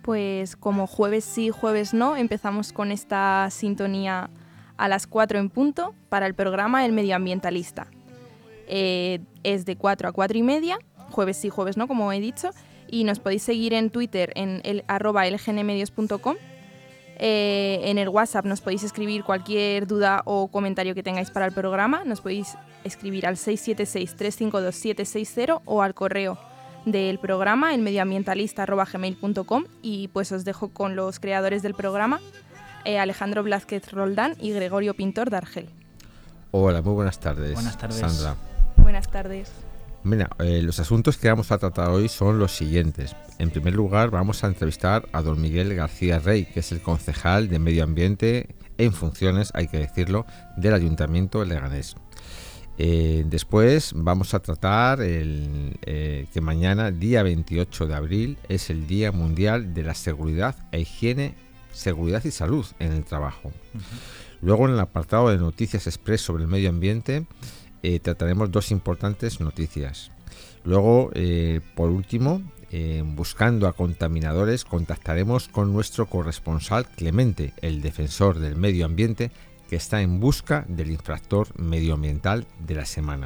Pues como jueves sí, jueves no, empezamos con esta sintonía a las 4 en punto para el programa El Medioambientalista. Es de 4 a 4 y media, jueves sí, jueves no, como he dicho, y nos podéis seguir en Twitter en @lgnmedios.com. En el WhatsApp nos podéis escribir cualquier duda o comentario que tengáis para el programa. Nos podéis escribir al 676-352-760 o al correo del programa, elmedioambientalista@gmail.com. Y pues os dejo con los creadores del programa, Alejandro Blázquez Roldán y Gregorio Pintor de Argel. Hola, muy buenas tardes. Buenas tardes, Sandra. Buenas tardes. Mira, los asuntos que vamos a tratar hoy son los siguientes. En primer lugar, vamos a entrevistar a don Miguel García Rey, que es el concejal de Medio Ambiente en funciones, hay que decirlo, del Ayuntamiento de Leganés. Después vamos a tratar que mañana, día 28 de abril, es el Día Mundial de la Seguridad e Higiene, Seguridad y Salud en el Trabajo. Luego, en el apartado de Noticias Express sobre el medio ambiente, trataremos dos importantes noticias. Luego, por último, buscando a contaminadores, contactaremos con nuestro corresponsal Clemente, el defensor del medio ambiente, que está en busca del infractor medioambiental de la semana.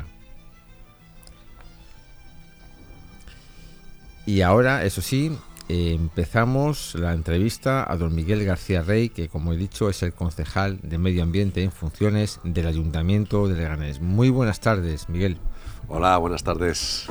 Y ahora, eso sí, empezamos la entrevista a don Miguel García Rey, que, como he dicho, es el concejal de Medio Ambiente en funciones del Ayuntamiento de Leganés. Muy buenas tardes, Miguel. Hola, buenas tardes.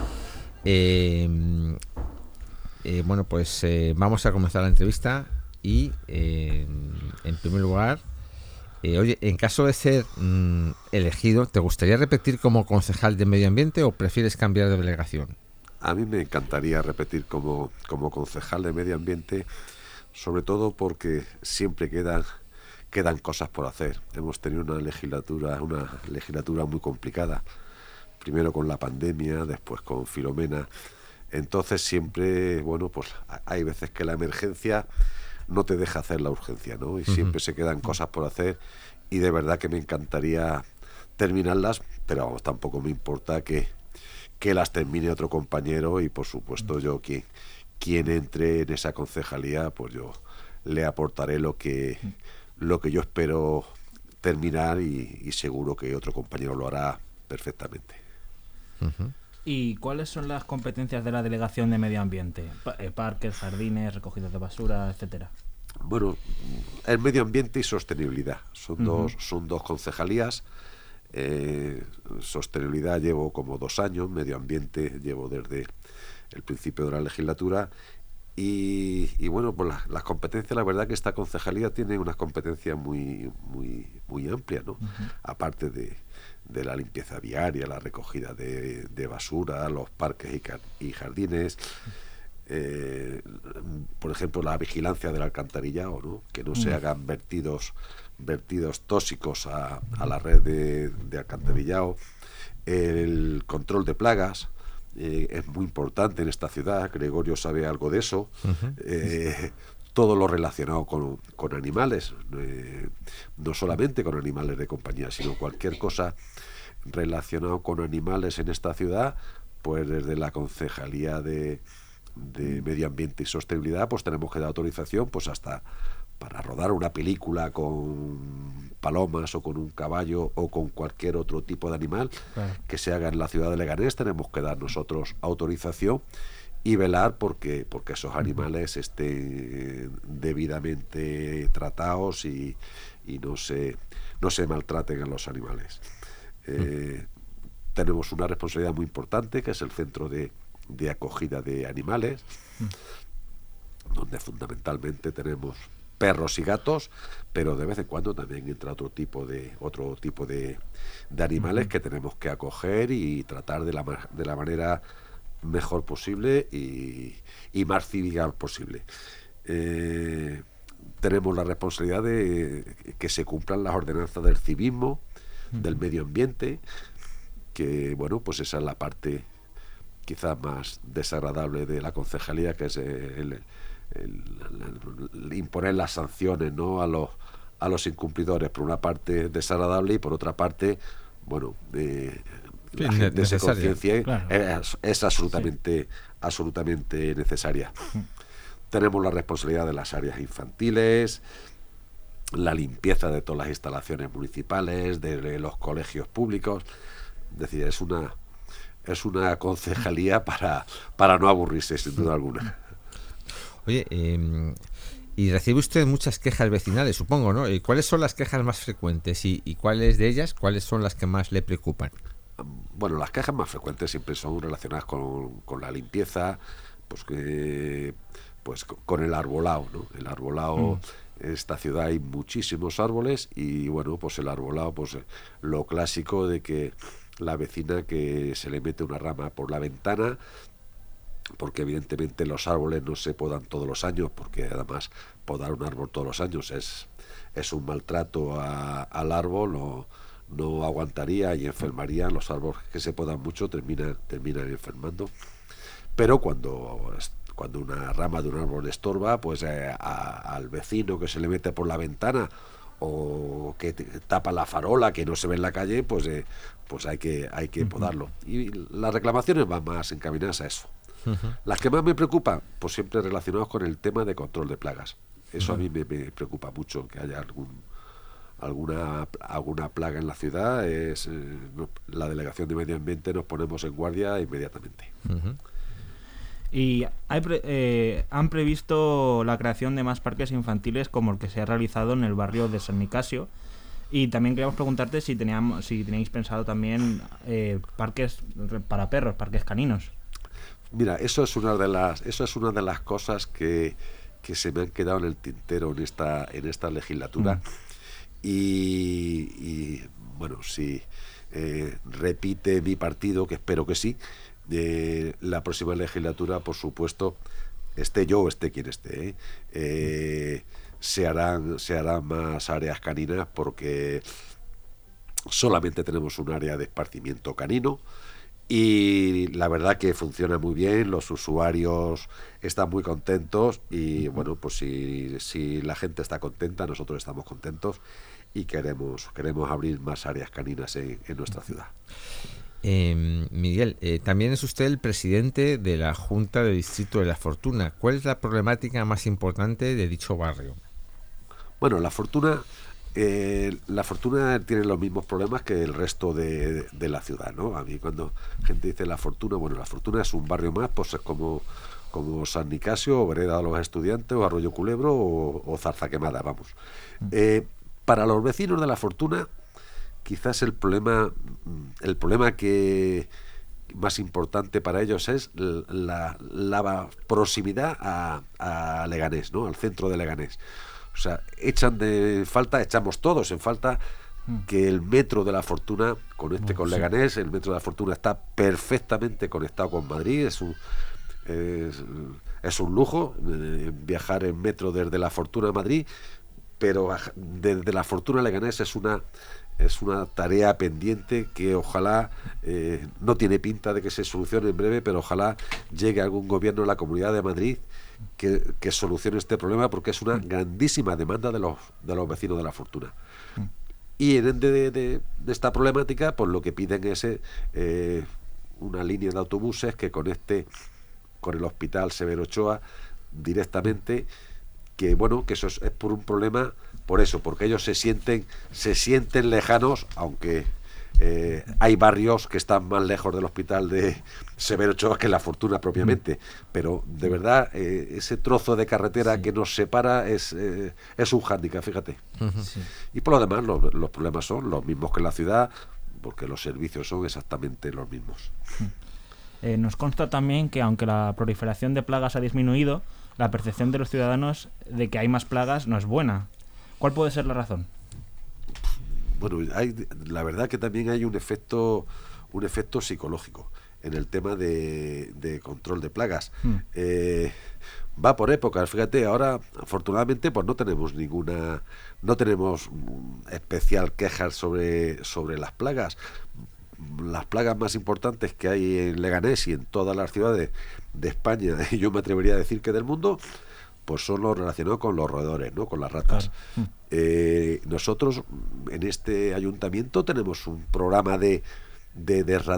Bueno, pues vamos a comenzar la entrevista y, en primer lugar, oye, en caso de ser elegido, ¿te gustaría repetir como concejal de Medio Ambiente o prefieres cambiar de delegación? A mí me encantaría repetir como concejal de Medio Ambiente, sobre todo porque siempre quedan cosas por hacer. Hemos tenido una legislatura muy complicada, primero con la pandemia, después con Filomena. Entonces siempre, bueno, pues hay veces que la emergencia no te deja hacer la urgencia, ¿no? Y siempre se quedan cosas por hacer y de verdad que me encantaría terminarlas, pero vamos, tampoco me importa que las termine otro compañero y por supuesto yo quien entre en esa concejalía, pues yo le aportaré lo que yo espero terminar y seguro que otro compañero lo hará perfectamente. ¿Y cuáles son las competencias de la Delegación de Medio Ambiente? Parques, jardines, recogidas de basura, etcétera. Bueno, el medio ambiente y sostenibilidad son dos concejalías. Sostenibilidad llevo como 2 años, medio ambiente llevo desde el principio de la legislatura y bueno, pues las competencias, la verdad que esta concejalía tiene unas competencias muy amplias, ¿no? Aparte de la limpieza viaria, la recogida de basura, los parques y jardines, por ejemplo la vigilancia del alcantarillado, ¿no? Que no se hagan vertidos tóxicos a la red de alcantarillado, el control de plagas es muy importante en esta ciudad. Gregorio sabe algo de eso. Todo lo relacionado con animales, no solamente con animales de compañía, sino cualquier cosa relacionado con animales en esta ciudad, pues desde la Concejalía de Medio Ambiente y Sostenibilidad pues tenemos que dar autorización pues hasta para rodar una película con palomas o con un caballo o con cualquier otro tipo de animal que se haga en la ciudad de Leganés. Tenemos que dar nosotros autorización y velar porque esos animales estén debidamente tratados y no se maltraten a los animales. Tenemos una responsabilidad muy importante que es el centro de acogida de animales, donde fundamentalmente tenemos perros y gatos, pero de vez en cuando también entra otro tipo de animales que tenemos que acoger y tratar de la manera mejor posible y más cívica posible. Tenemos la responsabilidad de que se cumplan las ordenanzas del civismo, del medio ambiente, que bueno, pues esa es la parte quizás más desagradable de la concejalía, que es el imponer las sanciones, ¿no?, a los incumplidores. Por una parte desagradable y por otra parte, bueno, la gente se conciencie, claro. Es absolutamente necesaria. Tenemos la responsabilidad de las áreas infantiles, la limpieza de todas las instalaciones municipales, de los colegios públicos. Es decir, es una concejalía para no aburrirse, sin duda alguna. Oye, y recibe usted muchas quejas vecinales, supongo, ¿no? ¿Y cuáles son las quejas más frecuentes y cuáles de ellas, cuáles son las que más le preocupan? Bueno, las quejas más frecuentes siempre son relacionadas con la limpieza, pues con el arbolado, ¿no? El arbolado, en esta ciudad hay muchísimos árboles y bueno, pues el arbolado, pues lo clásico de que la vecina que se le mete una rama por la ventana, porque evidentemente los árboles no se podan todos los años, porque además podar un árbol todos los años es un maltrato al árbol, no aguantaría y enfermarían. Los árboles que se podan mucho terminan enfermando. Pero cuando una rama de un árbol estorba, pues al vecino que se le mete por la ventana o que tapa la farola que no se ve en la calle, pues hay que podarlo. Y las reclamaciones van más encaminadas a eso. Las que más me preocupan, pues siempre relacionadas con el tema de control de plagas. Eso a mí me preocupa mucho, que haya alguna plaga en la ciudad. La Delegación de Medio Ambiente nos ponemos en guardia inmediatamente. Y han previsto la creación de más parques infantiles como el que se ha realizado en el barrio de San Nicasio. Y también queríamos preguntarte si teníais pensado también parques para perros, parques caninos. Mira, eso es una de las cosas que se me han quedado en el tintero en esta legislatura. Y bueno, si repite mi partido, que espero que sí, la próxima legislatura, por supuesto, esté yo o esté quien esté, se harán más áreas caninas, porque solamente tenemos un área de esparcimiento canino y la verdad que funciona muy bien, los usuarios están muy contentos y bueno, pues si la gente está contenta, nosotros estamos contentos y queremos abrir más áreas caninas en nuestra ciudad. Miguel, también es usted el presidente de la Junta de Distrito de La Fortuna. ¿Cuál es la problemática más importante de dicho barrio? Bueno, La Fortuna tiene los mismos problemas que el resto de la ciudad, ¿no? A mí cuando gente dice La Fortuna, bueno, La Fortuna es un barrio más, pues es como San Nicasio, o Vereda de los Estudiantes, o Arroyo Culebro, o Zarza Quemada, vamos. Para los vecinos de La Fortuna, quizás el problema que más importante para ellos es la proximidad a Leganés, ¿no? Al centro de Leganés. O sea, echamos todos en falta que el metro de La Fortuna conecte con Leganés. El metro de La Fortuna está perfectamente conectado con Madrid. Es un lujo viajar en metro desde La Fortuna a Madrid, pero desde La Fortuna a Leganés es una tarea pendiente que ojalá, no tiene pinta de que se solucione en breve, pero ojalá llegue algún gobierno de la Comunidad de Madrid que solucione este problema, porque es una grandísima demanda de los vecinos de La Fortuna. Y en de esta problemática, pues lo que piden es una línea de autobuses que conecte con el Hospital Severo Ochoa directamente, que bueno, que eso es por un problema, porque ellos se sienten lejanos, aunque hay barrios que están más lejos del Hospital de Severo Ochoa que La Fortuna propiamente, pero de verdad ese trozo de carretera que nos separa es un hándicap, fíjate. Y por lo demás los problemas son los mismos que en la ciudad, porque los servicios son exactamente los mismos. Nos consta también que aunque la proliferación de plagas ha disminuido, la percepción de los ciudadanos de que hay más plagas no es buena. ¿Cuál puede ser la razón? Bueno, la verdad que también hay un efecto psicológico en el tema de control de plagas. Va por épocas, fíjate, ahora afortunadamente pues no tenemos especial quejas sobre las plagas. Las plagas más importantes que hay en Leganés y en todas las ciudades de España, y yo me atrevería a decir que del mundo, pues son los relacionados con los roedores, ¿no? Con las ratas. Claro. Nosotros en este ayuntamiento tenemos un programa de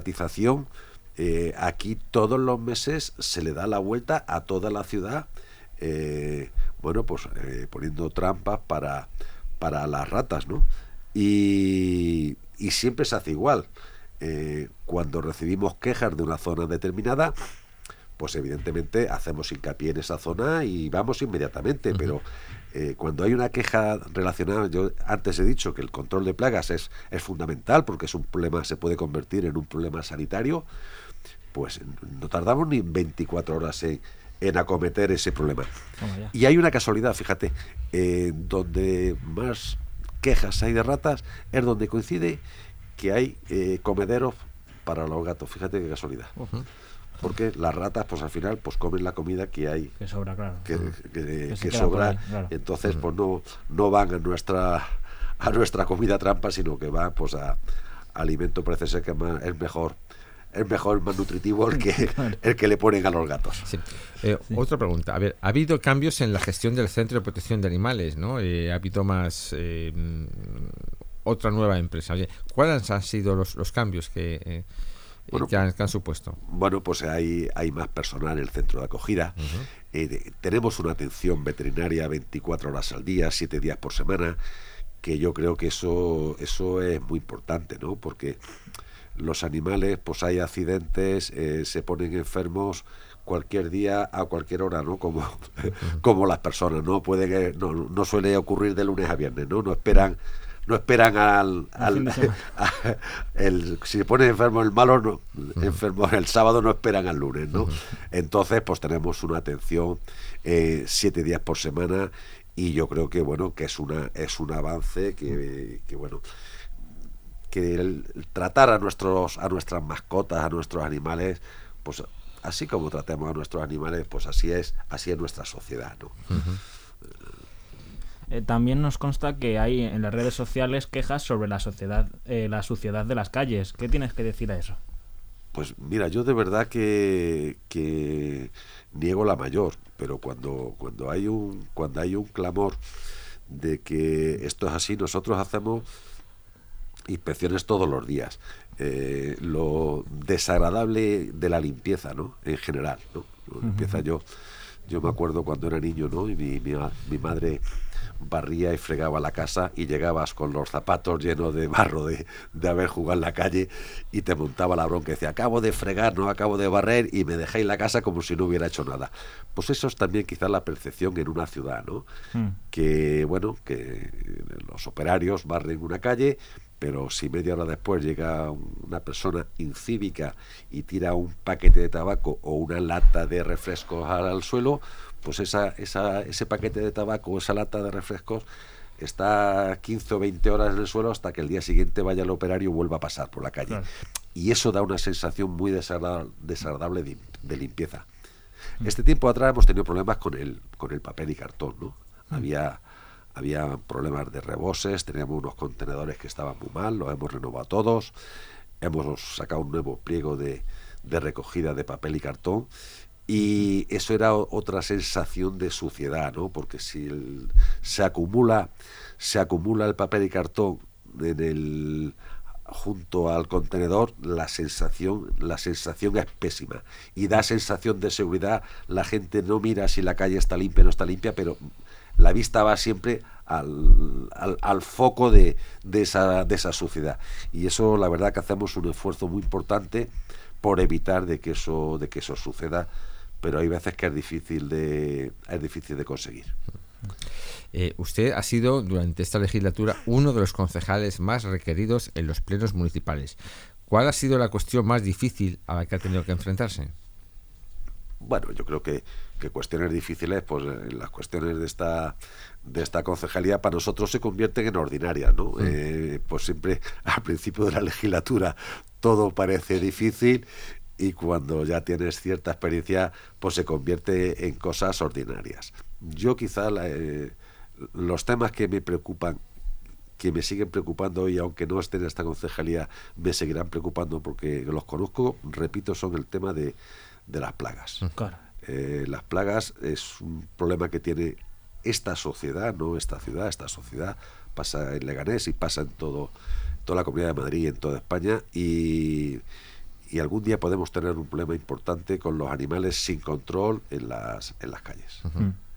desratización. Aquí todos los meses se le da la vuelta a toda la ciudad bueno, pues poniendo trampas para las ratas, ¿no? Y siempre se hace igual. Cuando recibimos quejas de una zona determinada, pues evidentemente hacemos hincapié en esa zona y vamos inmediatamente, pero cuando hay una queja relacionada, yo antes he dicho que el control de plagas es fundamental porque es un problema, se puede convertir en un problema sanitario, pues no tardamos ni 24 horas en acometer ese problema. Y hay una casualidad, fíjate, donde más quejas hay de ratas es donde coincide que hay comederos para los gatos. Fíjate qué casualidad. Porque las ratas, pues al final, pues comen la comida que hay, que sobra, claro, que sobra, ahí, claro. Entonces pues no van a nuestra comida trampa, sino que van pues a alimento, parece ser que es mejor, más nutritivo el que le ponen a los gatos. Sí. Otra pregunta, a ver, ha habido cambios en la gestión del Centro de Protección de Animales, ¿no? Ha habido más otra nueva empresa. Oye, ¿cuáles han sido los cambios que han supuesto? Bueno, pues hay más personal en el centro de acogida. Tenemos una atención veterinaria 24 horas al día, 7 días por semana, que yo creo que eso es muy importante, ¿no? Porque los animales, pues hay accidentes, se ponen enfermos cualquier día, a cualquier hora, ¿no? Como las personas, ¿no? No suele ocurrir de lunes a viernes, ¿no? No esperan si se pone enfermo el malo, enfermo el sábado, no esperan al lunes, ¿no? Entonces, pues tenemos una atención 7 días por semana, y yo creo que bueno, que es un avance que bueno, que el tratar a nuestras mascotas, a nuestros animales, pues así como tratemos a nuestros animales, pues así es nuestra sociedad, ¿no? También nos consta que hay en las redes sociales quejas sobre la suciedad de las calles. ¿Qué tienes que decir a eso? Pues mira, yo de verdad que niego la mayor, pero cuando hay un clamor de que esto es así, nosotros hacemos inspecciones todos los días. Lo desagradable de la limpieza, ¿no? En general, ¿no? Limpieza, yo me acuerdo cuando era niño, ¿no? Y mi madre barría y fregaba la casa, y llegabas con los zapatos llenos de barro de haber jugado en la calle, y te montaba la bronca y decía: acabo de fregar, no acabo de barrer, y me dejáis la casa como si no hubiera hecho nada. Pues eso es también quizás la percepción en una ciudad, ¿no? Que bueno, que los operarios barren una calle, pero si media hora después llega una persona incívica y tira un paquete de tabaco o una lata de refrescos al suelo, pues ese paquete de tabaco o esa lata de refrescos está 15 o 20 horas en el suelo hasta que el día siguiente vaya el operario y vuelva a pasar por la calle. Claro. Y eso da una sensación muy desagradable de limpieza. Este tiempo atrás hemos tenido problemas con el papel y cartón, ¿no? Había problemas de reboses, teníamos unos contenedores que estaban muy mal, los hemos renovado todos, hemos sacado un nuevo pliego de recogida de papel y cartón, y eso era otra sensación de suciedad, ¿no? Porque si se acumula el papel y cartón junto al contenedor, la sensación es pésima y da sensación de seguridad. La gente no mira si la calle está limpia o no está limpia, pero la vista va siempre al foco de esa suciedad, y eso, la verdad que hacemos un esfuerzo muy importante por evitar de que eso suceda, pero hay veces que es difícil de conseguir. Usted ha sido durante esta legislatura uno de los concejales más requeridos en los plenos municipales. ¿Cuál ha sido la cuestión más difícil a la que ha tenido que enfrentarse? Bueno, yo creo que cuestiones difíciles, pues las cuestiones de esta concejalía para nosotros se convierten en ordinarias, ¿no? Pues siempre al principio de la legislatura todo parece difícil, y cuando ya tienes cierta experiencia, pues se convierte en cosas ordinarias. Yo quizá los temas que me preocupan, que me siguen preocupando, y aunque no esté en esta concejalía me seguirán preocupando porque los conozco, repito, son el tema de las plagas. Claro. Las plagas es un problema que tiene esta sociedad, no esta ciudad, esta sociedad. Pasa en Leganés y pasa en toda la Comunidad de Madrid y en toda España, y algún día podemos tener un problema importante con los animales sin control en las calles.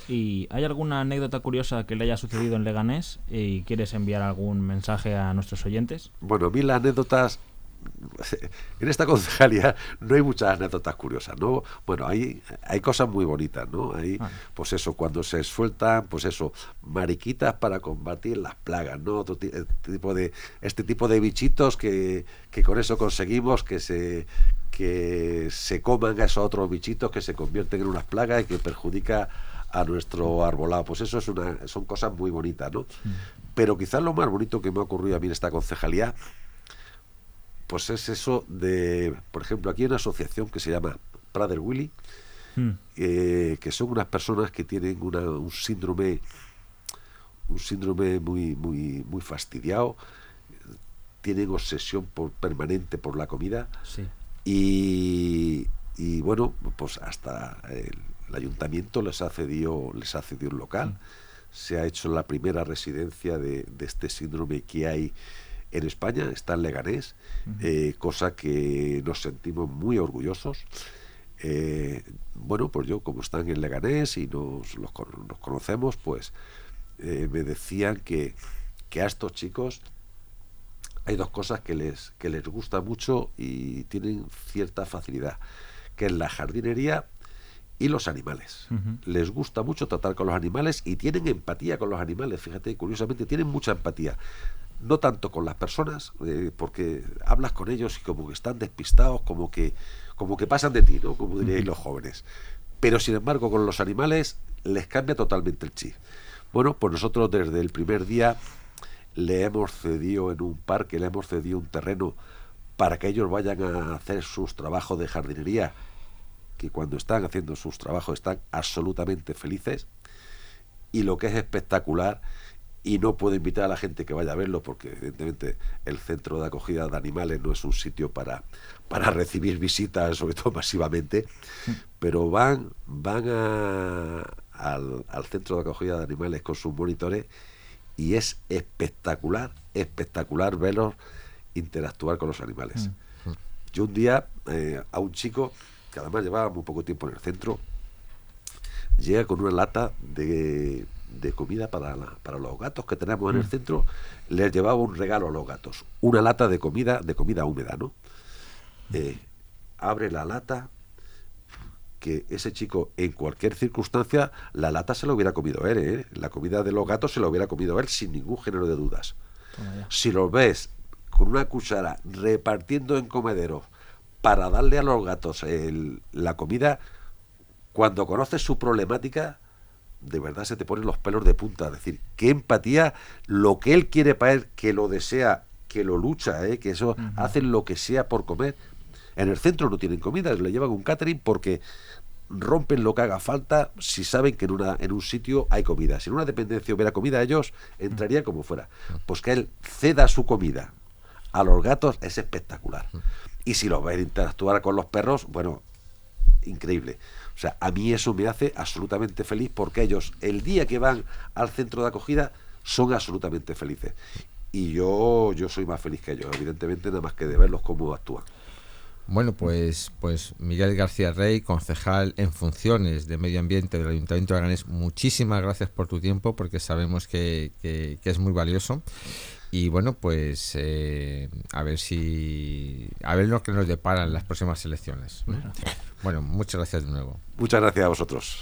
¿Y hay alguna anécdota curiosa que le haya sucedido en Leganés y quieres enviar algún mensaje a nuestros oyentes? Bueno, a mí las anécdotas... En esta concejalía no hay muchas anécdotas curiosas, ¿no? Bueno, hay cosas muy bonitas, ¿no? Hay, pues eso, cuando se sueltan, pues eso, mariquitas para combatir las plagas, ¿no? Este tipo de bichitos que con eso conseguimos que se coman a esos otros bichitos que se convierten en unas plagas y que perjudica a nuestro arbolado. Pues eso son cosas muy bonitas, ¿no? Pero quizás lo más bonito que me ha ocurrido a mí en esta concejalía, pues es eso de, por ejemplo, aquí hay una asociación que se llama Prader Willi, que son unas personas que tienen un síndrome muy muy fastidiado, tienen obsesión permanente por la comida. Sí. Y bueno, pues hasta el ayuntamiento les ha cedido un local. Se ha hecho la primera residencia de este síndrome que hay en España, está en Leganés, cosa que nos sentimos muy orgullosos. Bueno, pues yo, como están en Leganés y nos conocemos, pues me decían que a estos chicos hay dos cosas que les gusta mucho y tienen cierta facilidad, que es la jardinería y los animales. Les gusta mucho tratar con los animales y tienen empatía con los animales. Fíjate, curiosamente tienen mucha empatía. No tanto con las personas, porque hablas con ellos y como que están despistados, como que pasan de ti, ¿no? Como diríais los jóvenes. Pero sin embargo con los animales les cambia totalmente el chip. Bueno, pues nosotros desde el primer día le hemos cedido en un parque, le hemos cedido un terreno para que ellos vayan a hacer sus trabajos de jardinería, que cuando están haciendo sus trabajos están absolutamente felices. Y lo que es espectacular, y no puedo invitar a la gente que vaya a verlo porque evidentemente el centro de acogida de animales no es un sitio para recibir visitas, sobre todo masivamente, pero van al centro de acogida de animales con sus monitores y es espectacular verlos interactuar con los animales. Yo un día a un chico que además llevaba muy poco tiempo en el centro, llega con una lata de comida para los gatos que tenemos en el centro. Les llevaba un regalo a los gatos, una lata de comida húmeda, ¿no? Abre la lata, que ese chico en cualquier circunstancia la lata se lo hubiera comido él, la comida de los gatos se lo hubiera comido él sin ningún género de dudas. Si los ves con una cuchara repartiendo en comederos para darle a los gatos la comida, cuando conoces su problemática, de verdad se te ponen los pelos de punta. Es decir, qué empatía, lo que él quiere para él, que lo desea, que lo lucha, que eso hacen lo que sea por comer. En el centro no tienen comida, le llevan un catering porque rompen lo que haga falta si saben que en un sitio hay comida. Si en una dependencia hubiera comida, ellos entrarían como fuera. Pues que él ceda su comida a los gatos es espectacular. Y si los ven interactuar con los perros, bueno, increíble. O sea, a mí eso me hace absolutamente feliz porque ellos, el día que van al centro de acogida, son absolutamente felices. Y yo soy más feliz que ellos, evidentemente, nada más que de verlos cómo actúan. Bueno, pues Miguel García Rey, concejal en funciones de Medio Ambiente del Ayuntamiento de Leganés, muchísimas gracias por tu tiempo porque sabemos que es muy valioso. Y bueno, pues a ver lo que nos deparan las próximas elecciones. Bueno, muchas gracias de nuevo. Muchas gracias a vosotros.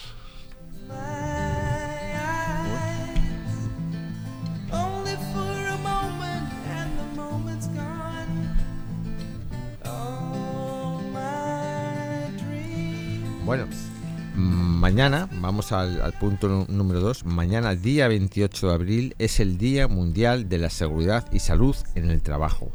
Bueno, mañana, vamos al punto número 2. Mañana, día 28 de abril, es el Día Mundial de la Seguridad y Salud en el Trabajo.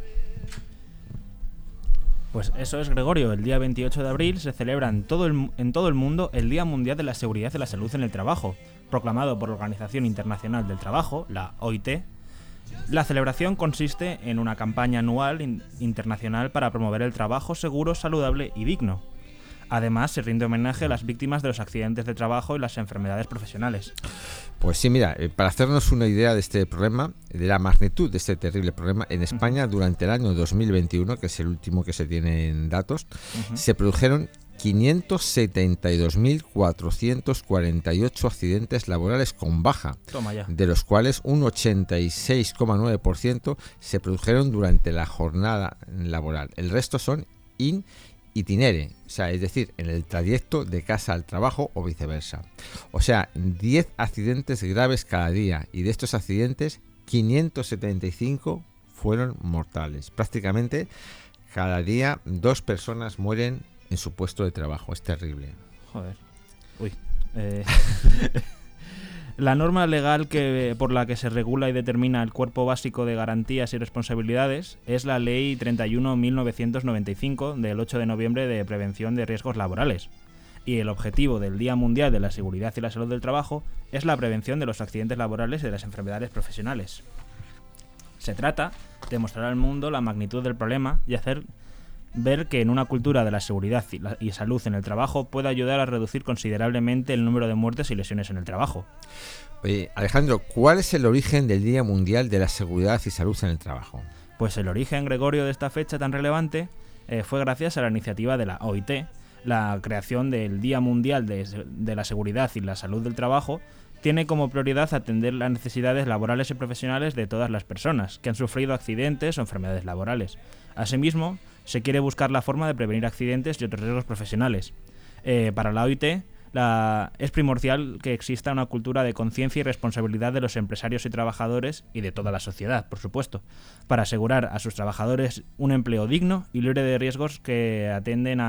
Pues eso es, Gregorio. El día 28 de abril se celebra en todo el mundo el Día Mundial de la Seguridad y la Salud en el Trabajo, proclamado por la Organización Internacional del Trabajo, la OIT. La celebración consiste en una campaña anual internacional para promover el trabajo seguro, saludable y digno. Además, se rinde homenaje a las víctimas de los accidentes de trabajo y las enfermedades profesionales. Pues sí, mira, para hacernos una idea de este problema, de la magnitud de este terrible problema, en España durante el año 2021, que es el último que se tienen datos, se produjeron 572.448 accidentes laborales con baja, Toma ya. de los cuales un 86,9% se produjeron durante la jornada laboral. El resto son in itinere, o sea, es decir, en el trayecto de casa al trabajo o viceversa. O sea, 10 accidentes graves cada día, y de estos accidentes 575 fueron mortales. Prácticamente cada día 2 personas mueren en su puesto de trabajo. Es terrible. Joder. Uy. La norma legal por la que se regula y determina el cuerpo básico de garantías y responsabilidades es la Ley 31.1995 del 8 de noviembre de prevención de riesgos laborales. Y el objetivo del Día Mundial de la Seguridad y la Salud del Trabajo es la prevención de los accidentes laborales y de las enfermedades profesionales. Se trata de mostrar al mundo la magnitud del problema y hacer ver que en una cultura de la seguridad y salud en el trabajo puede ayudar a reducir considerablemente el número de muertes y lesiones en el trabajo. Oye, Alejandro, ¿cuál es el origen del Día Mundial de la Seguridad y Salud en el Trabajo? Pues el origen, Gregorio, de esta fecha tan relevante fue gracias a la iniciativa de la OIT, la creación del Día Mundial de la Seguridad y la Salud del Trabajo. Tiene como prioridad atender las necesidades laborales y profesionales de todas las personas que han sufrido accidentes o enfermedades laborales. Asimismo, se quiere buscar la forma de prevenir accidentes y otros riesgos profesionales. Para la OIT, es primordial que exista una cultura de conciencia y responsabilidad de los empresarios y trabajadores y de toda la sociedad, por supuesto, para asegurar a sus trabajadores un empleo digno y libre de riesgos que atenden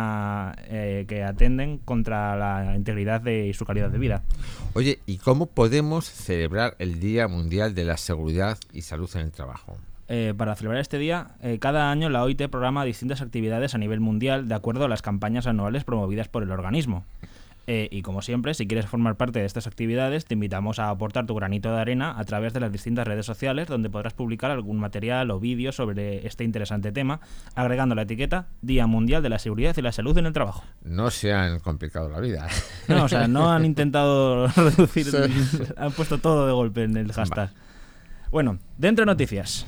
contra la integridad y su calidad de vida. Oye, ¿y cómo podemos celebrar el Día Mundial de la Seguridad y Salud en el Trabajo? Para celebrar este día, cada año la OIT programa distintas actividades a nivel mundial de acuerdo a las campañas anuales promovidas por el organismo. Y como siempre, si quieres formar parte de estas actividades, te invitamos a aportar tu granito de arena a través de las distintas redes sociales, donde podrás publicar algún material o vídeo sobre este interesante tema, agregando la etiqueta Día Mundial de la Seguridad y la Salud en el Trabajo. No se han complicado la vida. No, o sea, no han intentado reducir, han puesto todo de golpe en el hashtag. Bueno, dentro de noticias.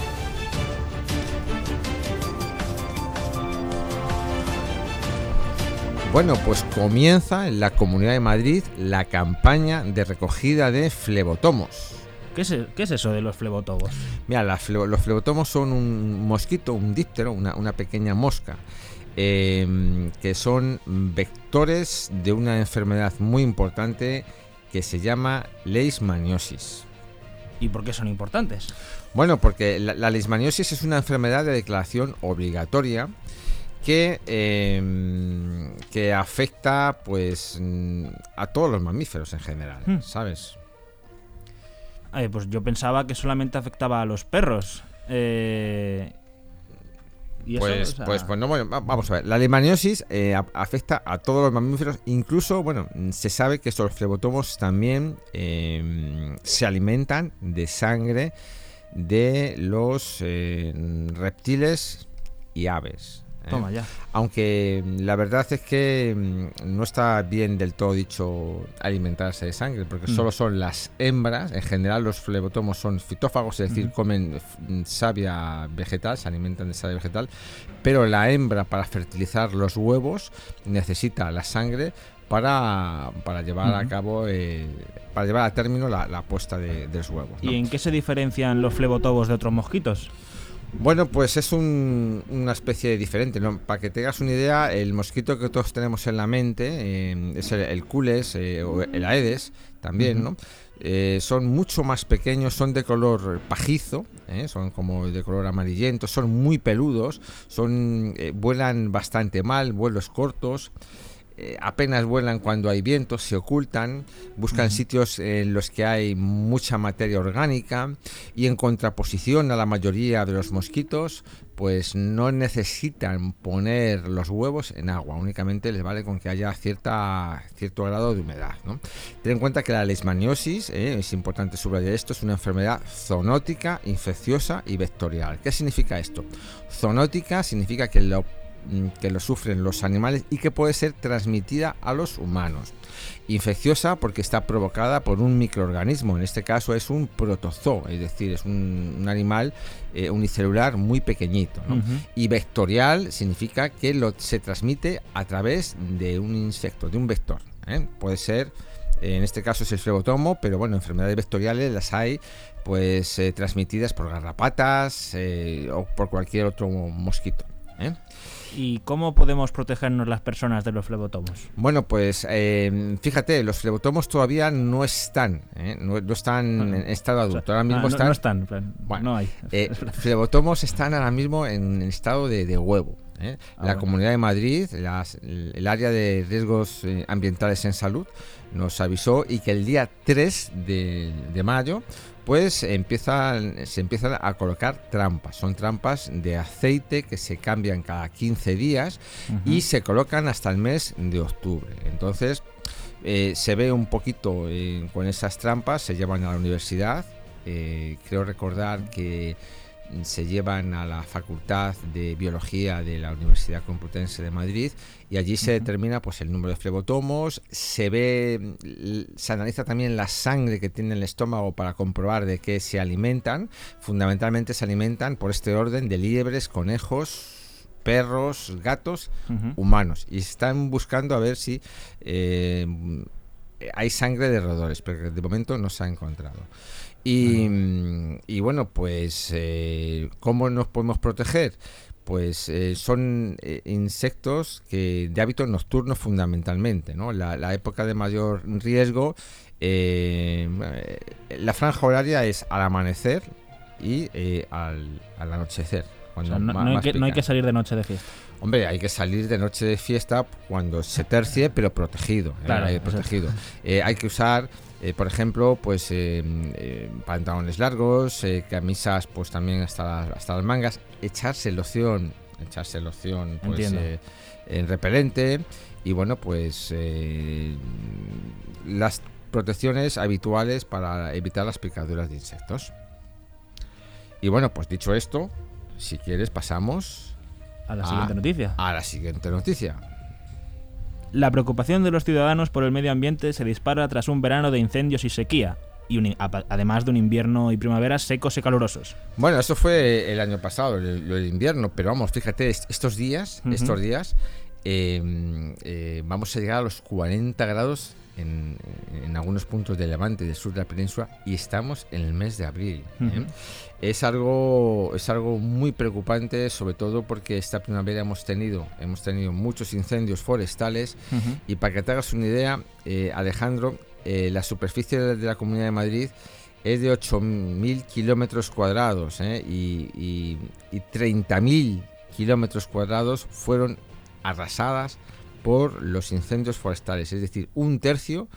Bueno, pues comienza en la Comunidad de Madrid la campaña de recogida de flebotomos. ¿Qué es eso de los flebotomos? Mira, los flebotomos son un mosquito, un díptero, una pequeña mosca, que son vectores de una enfermedad muy importante que se llama leishmaniosis. ¿Y por qué son importantes? Bueno, porque la leishmaniosis es una enfermedad de declaración obligatoria que afecta pues a todos los mamíferos en general, ¿sabes? Pues yo pensaba que solamente afectaba a los perros. ¿Y eso? Pues no, bueno, vamos a ver. La leishmaniosis afecta a todos los mamíferos. Incluso, bueno, se sabe que estos flebotomos también se alimentan de sangre de los reptiles y aves. Toma ya. Aunque la verdad es que no está bien del todo dicho alimentarse de sangre, porque solo son las hembras. En general los flebotomos son fitófagos, es decir, comen savia vegetal, se alimentan de savia vegetal, pero la hembra, para fertilizar los huevos, necesita la sangre para llevar a cabo, para llevar a término la puesta de los huevos, ¿no? ¿Y en qué se diferencian los flebotomos de otros mosquitos? Bueno, pues es una especie diferente, ¿no? Para que tengas una idea, el mosquito que todos tenemos en la mente es el Cules o el Aedes también, ¿no? Son mucho más pequeños, son de color pajizo, son como de color amarillento, son muy peludos, vuelan bastante mal, vuelos cortos. Apenas vuelan cuando hay vientos, se ocultan, buscan sitios en los que hay mucha materia orgánica, y en contraposición a la mayoría de los mosquitos, pues no necesitan poner los huevos en agua, únicamente les vale con que haya cierto grado de humedad, ¿no? Ten en cuenta que la leishmaniosis, es importante subrayar esto, es una enfermedad zoonótica, infecciosa y vectorial. ¿Qué significa esto? Zoonótica significa que lo que lo sufren los animales y que puede ser transmitida a los humanos. Infecciosa porque está provocada por un microorganismo, en este caso es un protozoo, es decir, es un animal unicelular muy pequeñito, ¿no? Y vectorial significa que se transmite a través de un insecto, de un vector, ¿eh? Puede ser, en este caso es el flebotomo, pero bueno, enfermedades vectoriales las hay pues transmitidas por garrapatas o por cualquier otro mosquito, ¿eh? ¿Y cómo podemos protegernos las personas de los flebotomos? Bueno, pues fíjate, los flebotomos todavía no están, no están en estado adulto. Ahora mismo no están, en plan, bueno, no hay. Flebotomos están ahora mismo en estado de huevo. La Comunidad de Madrid, el área de riesgos ambientales en salud, nos avisó y que el día 3 de mayo pues se empiezan a colocar trampas. Son trampas de aceite que se cambian cada 15 días y se colocan hasta el mes de octubre. Entonces se ve un poquito con esas trampas, se llevan a la universidad. Creo recordar que se llevan a la Facultad de Biología de la Universidad Complutense de Madrid y allí se determina pues el número de flebotomos, se analiza también la sangre que tiene el estómago para comprobar de qué se alimentan. Fundamentalmente se alimentan por este orden de liebres, conejos, perros, gatos, humanos, y están buscando a ver si hay sangre de roedores, pero de momento no se ha encontrado. Y bueno, pues ¿cómo nos podemos proteger? Pues son insectos que de hábito nocturno fundamentalmente, ¿no? La época de mayor riesgo, la franja horaria es al amanecer y al anochecer. Cuando no hay que salir de noche de fiesta. Hombre, hay que salir de noche de fiesta cuando se tercie, pero protegido. Claro, protegido. Hay que usar, por ejemplo, pues pantalones largos, camisas, pues también hasta las mangas. Echarse loción pues, en repelente. Y bueno, pues las protecciones habituales para evitar las picaduras de insectos. Y bueno, pues dicho esto, si quieres pasamos a la siguiente noticia. A la siguiente noticia. La preocupación de los ciudadanos por el medio ambiente se dispara tras un verano de incendios y sequía, además de un invierno y primavera secos y calurosos. Bueno, eso fue el año pasado, el invierno, pero vamos, fíjate, estos días vamos a llegar a los 40 grados en algunos puntos de Levante y del sur de la península, y estamos en el mes de abril. Es algo muy preocupante, sobre todo porque esta primavera hemos tenido muchos incendios forestales. Y para que te hagas una idea, Alejandro, la superficie de la Comunidad de Madrid es de 8.000 kilómetros cuadrados, y 30.000 kilómetros cuadrados fueron arrasadas por los incendios forestales, es decir, un tercio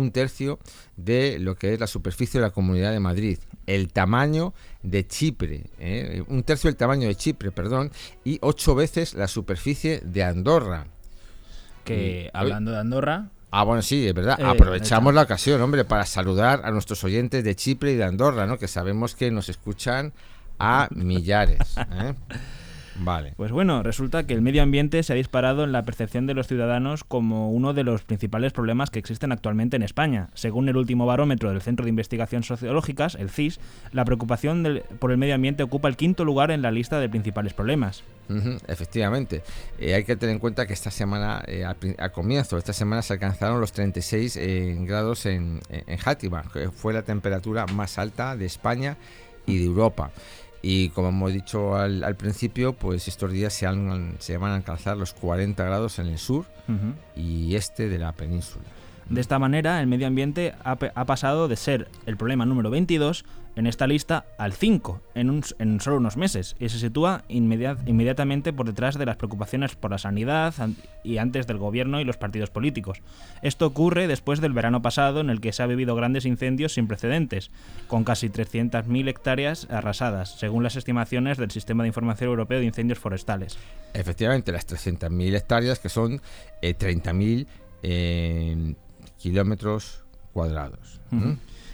de lo que es la superficie de la Comunidad de Madrid, el tamaño de Chipre, un tercio del tamaño de Chipre, y 8 veces la superficie de Andorra. Hablando de Andorra... Bueno, sí, es verdad. Aprovechamos la ocasión, hombre, para saludar a nuestros oyentes de Chipre y de Andorra, ¿no? Que sabemos que nos escuchan a millares. Vale. Pues bueno, resulta que el medio ambiente se ha disparado en la percepción de los ciudadanos como uno de los principales problemas que existen actualmente en España. Según el último barómetro del Centro de Investigaciones Sociológicas, el CIS, la preocupación por el medio ambiente ocupa el 5º lugar en la lista de principales problemas. Efectivamente. Hay que tener en cuenta que esta semana, a comienzo de esta semana, se alcanzaron los 36 grados en Játiva, que fue la temperatura más alta de España y de Europa. Y como hemos dicho al principio, pues estos días se van a alcanzar los 40 grados en el sur y este de la península. De esta manera, el medio ambiente ha pasado de ser el problema número 22 en esta lista al 5 en solo unos meses, y se sitúa inmediatamente por detrás de las preocupaciones por la sanidad y antes del gobierno y los partidos políticos. Esto ocurre después del verano pasado, en el que se ha vivido grandes incendios sin precedentes, con casi 300.000 hectáreas arrasadas, según las estimaciones del Sistema de Información Europeo de Incendios Forestales. Efectivamente, las 300.000 hectáreas, que son 30.000 kilómetros cuadrados.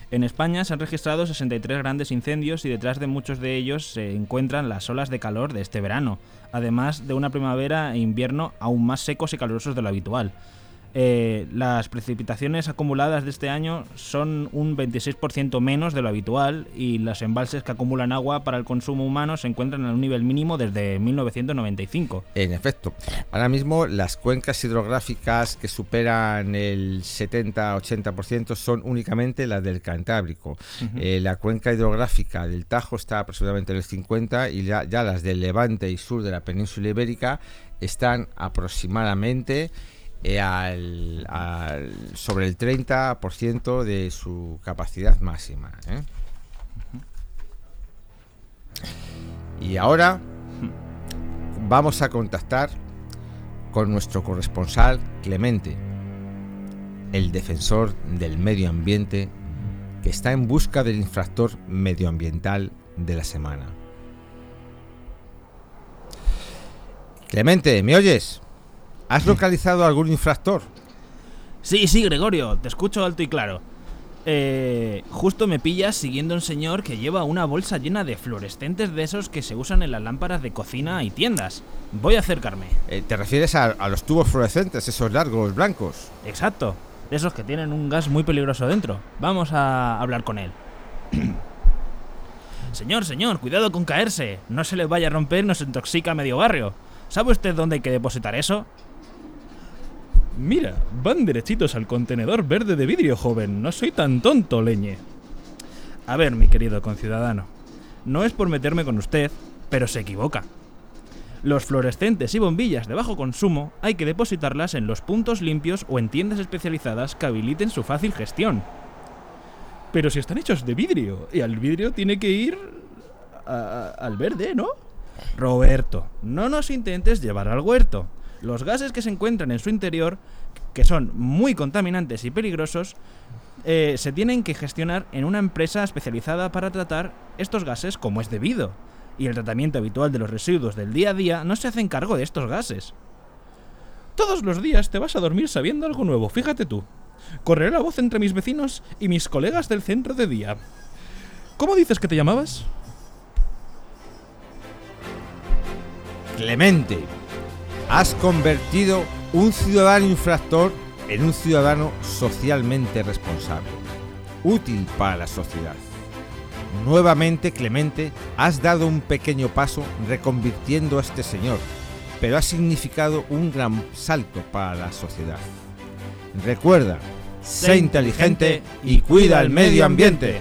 En España se han registrado 63 grandes incendios y detrás de muchos de ellos se encuentran las olas de calor de este verano, además de una primavera e invierno aún más secos y calurosos de lo habitual. Las precipitaciones acumuladas de este año son un 26% menos de lo habitual y los embalses que acumulan agua para el consumo humano se encuentran en un nivel mínimo desde 1995. En efecto, ahora mismo las cuencas hidrográficas que superan el 70-80% son únicamente las del Cantábrico. La cuenca hidrográfica del Tajo está aproximadamente en el 50% y ya las del Levante y sur de la península ibérica están aproximadamente sobre el 30% de su capacidad máxima, ¿eh? Y ahora vamos a contactar con nuestro corresponsal Clemente, el defensor del medio ambiente que está en busca del infractor medioambiental de la semana. Clemente, ¿me oyes? ¿Has localizado algún infractor? Sí, Gregorio, te escucho alto y claro. Justo me pillas siguiendo a un señor que lleva una bolsa llena de fluorescentes de esos que se usan en las lámparas de cocina y tiendas. Voy a acercarme. ¿Te refieres a los tubos fluorescentes, esos largos, blancos? Exacto, de esos que tienen un gas muy peligroso dentro. Vamos a hablar con él. Señor, cuidado con caerse. No se le vaya a romper, nos intoxica a medio barrio. ¿Sabe usted dónde hay que depositar eso? Mira, van derechitos al contenedor verde de vidrio, joven. No soy tan tonto, leñe. A ver, mi querido conciudadano, no es por meterme con usted, pero se equivoca. Los fluorescentes y bombillas de bajo consumo hay que depositarlas en los puntos limpios o en tiendas especializadas que habiliten su fácil gestión. Pero si están hechos de vidrio, y al vidrio tiene que ir al verde, ¿no? Roberto, no nos intentes llevar al huerto. Los gases que se encuentran en su interior, que son muy contaminantes y peligrosos, se tienen que gestionar en una empresa especializada para tratar estos gases como es debido. Y el tratamiento habitual de los residuos del día a día no se hacen cargo de estos gases. Todos los días te vas a dormir sabiendo algo nuevo, fíjate tú. Correré la voz entre mis vecinos y mis colegas del centro de día. ¿Cómo dices que te llamabas? Clemente, has convertido un ciudadano infractor en un ciudadano socialmente responsable, útil para la sociedad. Nuevamente, Clemente, has dado un pequeño paso reconvirtiendo a este señor, pero ha significado un gran salto para la sociedad. Recuerda, sé inteligente y cuida el medio ambiente.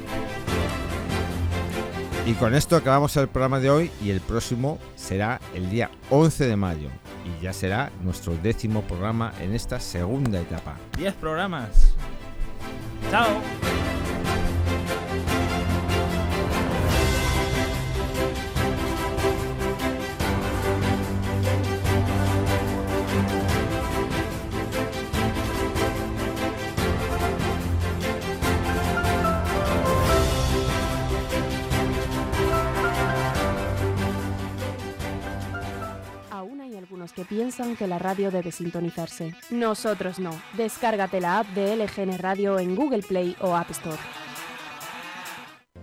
Y con esto acabamos el programa de hoy y el próximo será el día 11 de mayo y ya será nuestro 10º programa en esta segunda etapa. 10 programas. ¡Chao! Que piensan que la radio debe sintonizarse. Nosotros no. Descárgate la app de LGN Radio en Google Play o App Store.